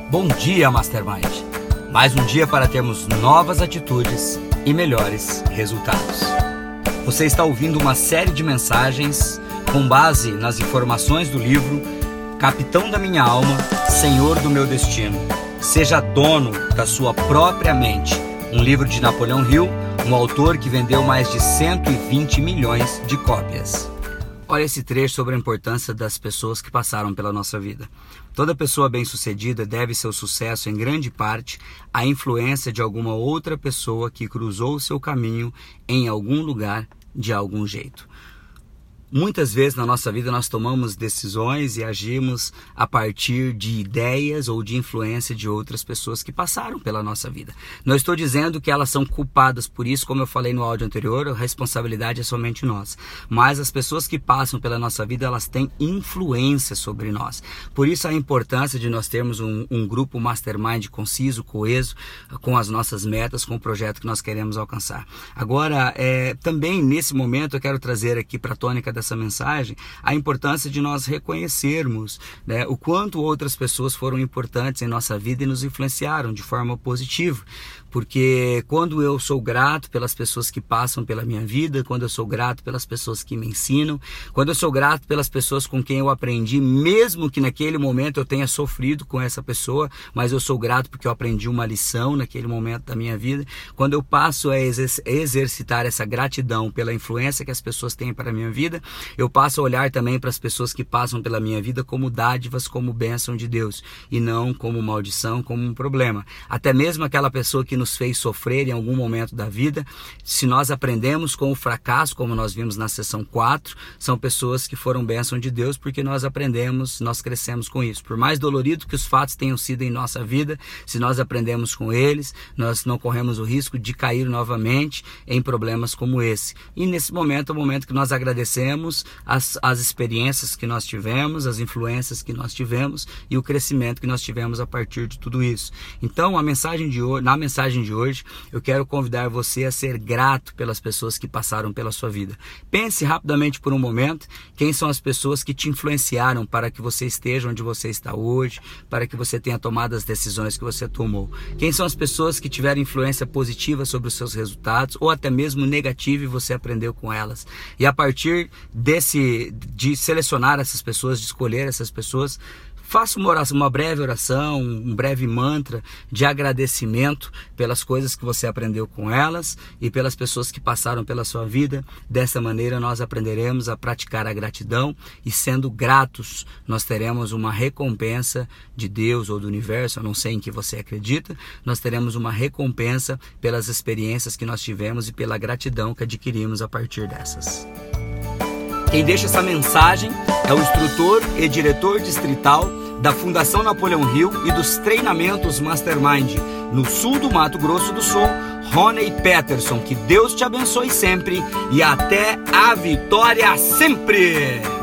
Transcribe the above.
Bom dia, Mastermind! Mais um dia para termos novas atitudes e melhores resultados. Você está ouvindo uma série de mensagens com base nas informações do livro Capitão da Minha Alma, Senhor do Meu Destino. Seja dono da sua própria mente. Um livro de Napoleão Hill, um autor que vendeu mais de 120 milhões de cópias. Olha esse trecho sobre a importância das pessoas que passaram pela nossa vida. Toda pessoa bem-sucedida deve seu sucesso, em grande parte, à influência de alguma outra pessoa que cruzou o seu caminho em algum lugar, de algum jeito. Muitas vezes na nossa vida nós tomamos decisões e agimos a partir de ideias ou de influência de outras pessoas que passaram pela nossa vida. Não estou dizendo que elas são culpadas por isso, como eu falei no áudio anterior, a responsabilidade é somente nossa. Mas as pessoas que passam pela nossa vida, elas têm influência sobre nós. Por isso a importância de nós termos um grupo mastermind conciso, coeso, com as nossas metas, com o projeto que nós queremos alcançar. Agora, também nesse momento eu quero trazer aqui para a tônica dessa mensagem a importância de nós reconhecermos, o quanto outras pessoas foram importantes em nossa vida e nos influenciaram de forma positiva. Porque quando eu sou grato pelas pessoas que passam pela minha vida, quando eu sou grato pelas pessoas que me ensinam, quando eu sou grato pelas pessoas com quem eu aprendi, mesmo que naquele momento eu tenha sofrido com essa pessoa, mas eu sou grato porque eu aprendi uma lição naquele momento da minha vida, quando eu passo a exercitar essa gratidão pela influência que as pessoas têm para a minha vida, eu passo a olhar também para as pessoas que passam pela minha vida como dádivas, como bênção de Deus, e não como maldição, como um problema. Até mesmo aquela pessoa que nos fez sofrer em algum momento da vida, se nós aprendemos com o fracasso, como nós vimos na sessão 4, são pessoas que foram bênção de Deus, porque nós aprendemos, nós crescemos com isso. Por mais dolorido que os fatos tenham sido em nossa vida, se nós aprendemos com eles, nós não corremos o risco de cair novamente em problemas como esse. E nesse momento é o momento que nós agradecemos as experiências que nós tivemos, as influências que nós tivemos e o crescimento que nós tivemos a partir de tudo isso. Então, na mensagem de hoje, eu quero convidar você a ser grato pelas pessoas que passaram pela sua vida. Pense rapidamente por um momento quem são as pessoas que te influenciaram para que você esteja onde você está hoje, para que você tenha tomado as decisões que você tomou. Quem são as pessoas que tiveram influência positiva sobre os seus resultados ou até mesmo negativa e você aprendeu com elas. E a partir de selecionar essas pessoas, de escolher essas pessoas, faça uma breve oração, um breve mantra de agradecimento pelas coisas que você aprendeu com elas e pelas pessoas que passaram pela sua vida. Dessa maneira nós aprenderemos a praticar a gratidão e, sendo gratos, nós teremos uma recompensa de Deus ou do universo, eu não sei em que você acredita, nós teremos uma recompensa pelas experiências que nós tivemos e pela gratidão que adquirimos a partir dessas. Quem deixa essa mensagem é o instrutor e diretor distrital da Fundação Napoleão Hill e dos treinamentos Mastermind no sul do Mato Grosso do Sul, Rony Peterson. Que Deus te abençoe sempre e até a vitória sempre!